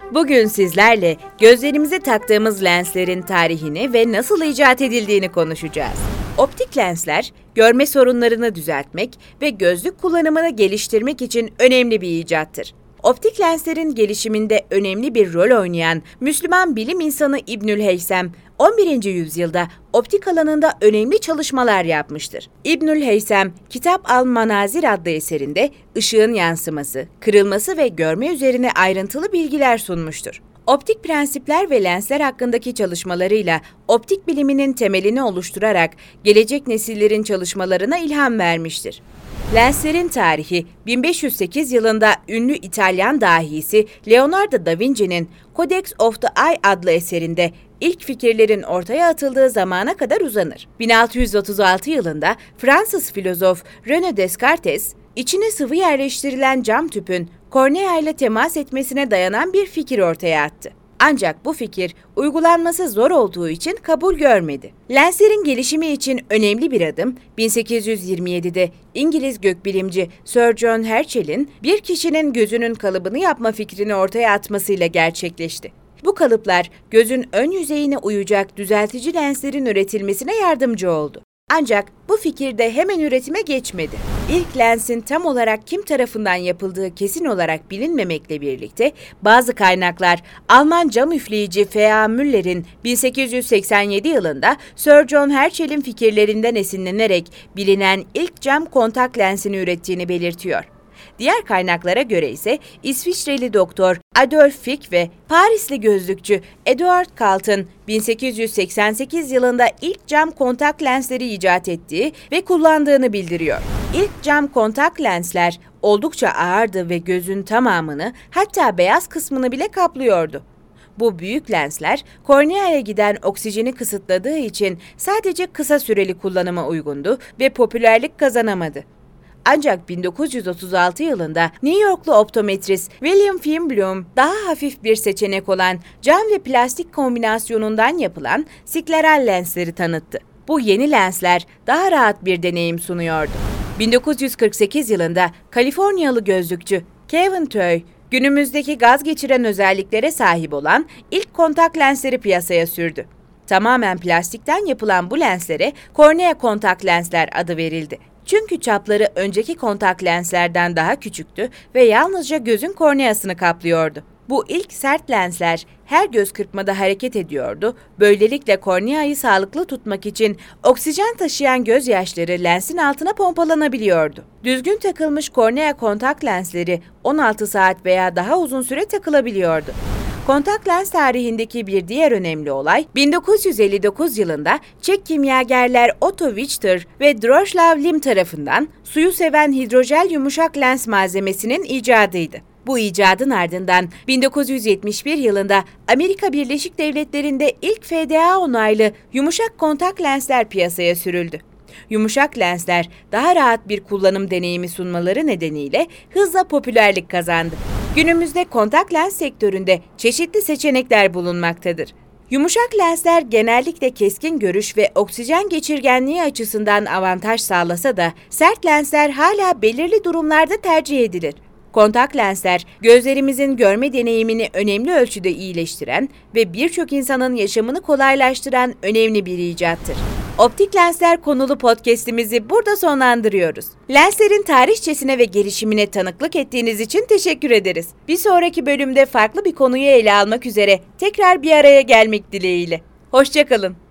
Bugün sizlerle gözlerimize taktığımız lenslerin tarihini ve nasıl icat edildiğini konuşacağız. Optik lensler, görme sorunlarını düzeltmek ve gözlük kullanımını geliştirmek için önemli bir icattır. Optik lenslerin gelişiminde önemli bir rol oynayan Müslüman bilim insanı İbnül Heysem, 11. yüzyılda optik alanında önemli çalışmalar yapmıştır. İbnül Heysem, Kitap al-Manazir adlı eserinde ışığın yansıması, kırılması ve görme üzerine ayrıntılı bilgiler sunmuştur. Optik prensipler ve lensler hakkındaki çalışmalarıyla optik biliminin temelini oluşturarak gelecek nesillerin çalışmalarına ilham vermiştir. Lenslerin tarihi 1508 yılında ünlü İtalyan dahisi Leonardo da Vinci'nin Codex of the Eye adlı eserinde ilk fikirlerin ortaya atıldığı zamana kadar uzanır. 1636 yılında Fransız filozof René Descartes, içine sıvı yerleştirilen cam tüpün kornea ile temas etmesine dayanan bir fikir ortaya attı. Ancak bu fikir uygulanması zor olduğu için kabul görmedi. Lenslerin gelişimi için önemli bir adım 1827'de İngiliz gökbilimci Sir John Herschel'in bir kişinin gözünün kalıbını yapma fikrini ortaya atmasıyla gerçekleşti. Bu kalıplar gözün ön yüzeyine uyacak düzeltici lenslerin üretilmesine yardımcı oldu. Ancak bu fikir de hemen üretime geçmedi. İlk lensin tam olarak kim tarafından yapıldığı kesin olarak bilinmemekle birlikte bazı kaynaklar Alman cam üfleyici F.A. Müller'in 1887 yılında Sir John Herschel'in fikirlerinden esinlenerek bilinen ilk cam kontak lensini ürettiğini belirtiyor. Diğer kaynaklara göre ise İsviçreli doktor Adolf Fick ve Parisli gözlükçü Eduard Kalt'ın 1888 yılında ilk cam kontak lensleri icat ettiği ve kullandığını bildiriyor. İlk cam kontak lensler oldukça ağırdı ve gözün tamamını, hatta beyaz kısmını bile kaplıyordu. Bu büyük lensler korneaya giden oksijeni kısıtladığı için sadece kısa süreli kullanıma uygundu ve popülerlik kazanamadı. Ancak 1936 yılında New Yorklu optometrist William Feinblum daha hafif bir seçenek olan cam ve plastik kombinasyonundan yapılan skleral lensleri tanıttı. Bu yeni lensler daha rahat bir deneyim sunuyordu. 1948 yılında Kaliforniyalı gözlükçü Kevin Toy, günümüzdeki gaz geçiren özelliklere sahip olan ilk kontak lensleri piyasaya sürdü. Tamamen plastikten yapılan bu lenslere kornea kontak lensler adı verildi. Çünkü çapları önceki kontak lenslerden daha küçüktü ve yalnızca gözün korneasını kaplıyordu. Bu ilk sert lensler her göz kırpmada hareket ediyordu. Böylelikle korneayı sağlıklı tutmak için oksijen taşıyan gözyaşları lensin altına pompalanabiliyordu. Düzgün takılmış kornea kontak lensleri 16 saat veya daha uzun süre takılabiliyordu. Kontak lens tarihindeki bir diğer önemli olay, 1959 yılında Çek kimyagerler Otto Wichter ve Droslav Lim tarafından suyu seven hidrojel yumuşak lens malzemesinin icadıydı. Bu icadın ardından 1971 yılında Amerika Birleşik Devletleri'nde ilk FDA onaylı yumuşak kontak lensler piyasaya sürüldü. Yumuşak lensler daha rahat bir kullanım deneyimi sunmaları nedeniyle hızla popülerlik kazandı. Günümüzde kontak lens sektöründe çeşitli seçenekler bulunmaktadır. Yumuşak lensler genellikle keskin görüş ve oksijen geçirgenliği açısından avantaj sağlasa da sert lensler hala belirli durumlarda tercih edilir. Kontak lensler, gözlerimizin görme deneyimini önemli ölçüde iyileştiren ve birçok insanın yaşamını kolaylaştıran önemli bir icattır. Optik lensler konulu podcast'imizi burada sonlandırıyoruz. Lenslerin tarihçesine ve gelişimine tanıklık ettiğiniz için teşekkür ederiz. Bir sonraki bölümde farklı bir konuyu ele almak üzere tekrar bir araya gelmek dileğiyle. Hoşça kalın.